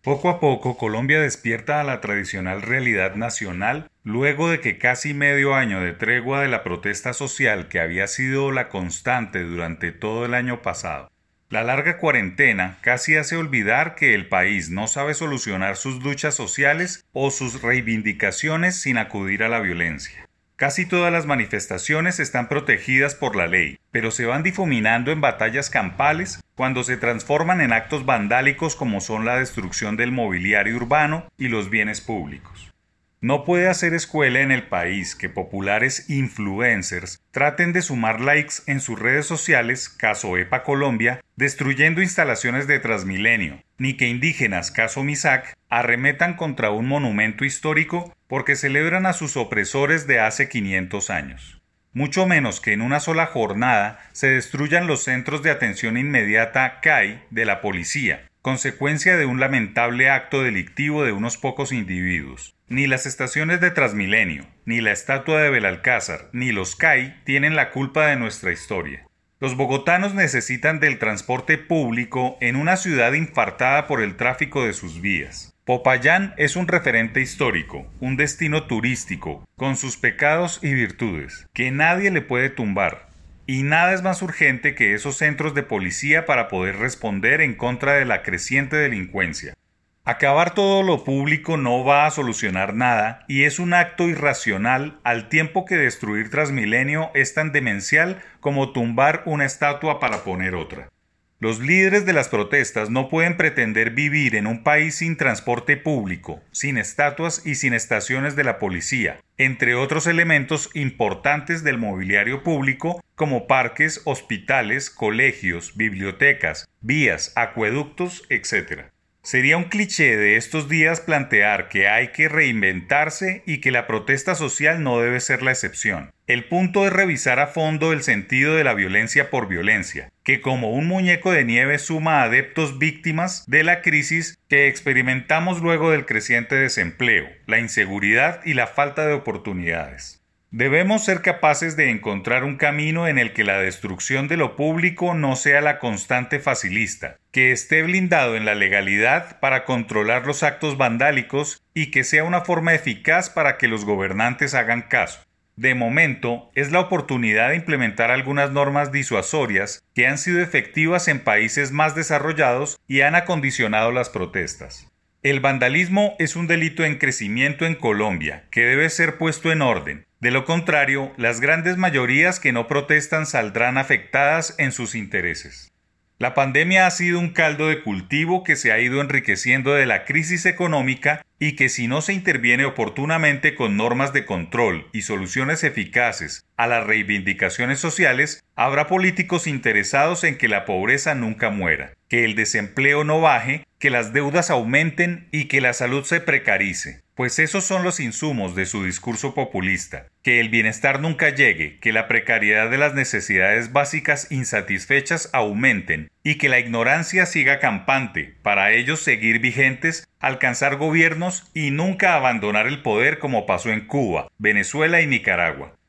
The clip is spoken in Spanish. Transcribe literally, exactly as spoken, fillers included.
Poco a poco, Colombia despierta a la tradicional realidad nacional luego de que casi medio año de tregua de la protesta social que había sido la constante durante todo el año pasado. La larga cuarentena casi hace olvidar que el país no sabe solucionar sus luchas sociales o sus reivindicaciones sin acudir a la violencia. Casi todas las manifestaciones están protegidas por la ley, pero se van difuminando en batallas campales cuando se transforman en actos vandálicos como son la destrucción del mobiliario urbano y los bienes públicos. No puede hacer escuela en el país que populares influencers traten de sumar likes en sus redes sociales, caso EPA Colombia, destruyendo instalaciones de Transmilenio, ni que indígenas, caso MISAC, arremetan contra un monumento histórico porque celebran a sus opresores de hace quinientos años. Mucho menos que en una sola jornada se destruyan los centros de atención inmediata C A I de la policía, consecuencia de un lamentable acto delictivo de unos pocos individuos. Ni las estaciones de Transmilenio, ni la estatua de Belalcázar, ni los C A I tienen la culpa de nuestra historia. Los bogotanos necesitan del transporte público en una ciudad infartada por el tráfico de sus vías. Popayán es un referente histórico, un destino turístico, con sus pecados y virtudes, que nadie le puede tumbar. Y nada es más urgente que esos centros de policía para poder responder en contra de la creciente delincuencia. Acabar todo lo público no va a solucionar nada y es un acto irracional al tiempo que destruir Transmilenio es tan demencial como tumbar una estatua para poner otra. Los líderes de las protestas no pueden pretender vivir en un país sin transporte público, sin estatuas y sin estaciones de la policía, entre otros elementos importantes del mobiliario público como parques, hospitales, colegios, bibliotecas, vías, acueductos, etcétera. Sería un cliché de estos días plantear que hay que reinventarse y que la protesta social no debe ser la excepción. El punto es revisar a fondo el sentido de la violencia por violencia, que como un muñeco de nieve suma adeptos víctimas de la crisis que experimentamos luego del creciente desempleo, la inseguridad y la falta de oportunidades. Debemos ser capaces de encontrar un camino en el que la destrucción de lo público no sea la constante facilista, que esté blindado en la legalidad para controlar los actos vandálicos y que sea una forma eficaz para que los gobernantes hagan caso. De momento, es la oportunidad de implementar algunas normas disuasorias que han sido efectivas en países más desarrollados y han acondicionado las protestas. El vandalismo es un delito en crecimiento en Colombia, que debe ser puesto en orden. De lo contrario, las grandes mayorías que no protestan saldrán afectadas en sus intereses. La pandemia ha sido un caldo de cultivo que se ha ido enriqueciendo de la crisis económica y que si no se interviene oportunamente con normas de control y soluciones eficaces a las reivindicaciones sociales, habrá políticos interesados en que la pobreza nunca muera, que el desempleo no baje, que las deudas aumenten y que la salud se precarice. Pues esos son los insumos de su discurso populista, que el bienestar nunca llegue, que la precariedad de las necesidades básicas insatisfechas aumenten y que la ignorancia siga campante, para ellos seguir vigentes, alcanzar gobiernos y nunca abandonar el poder como pasó en Cuba, Venezuela y Nicaragua.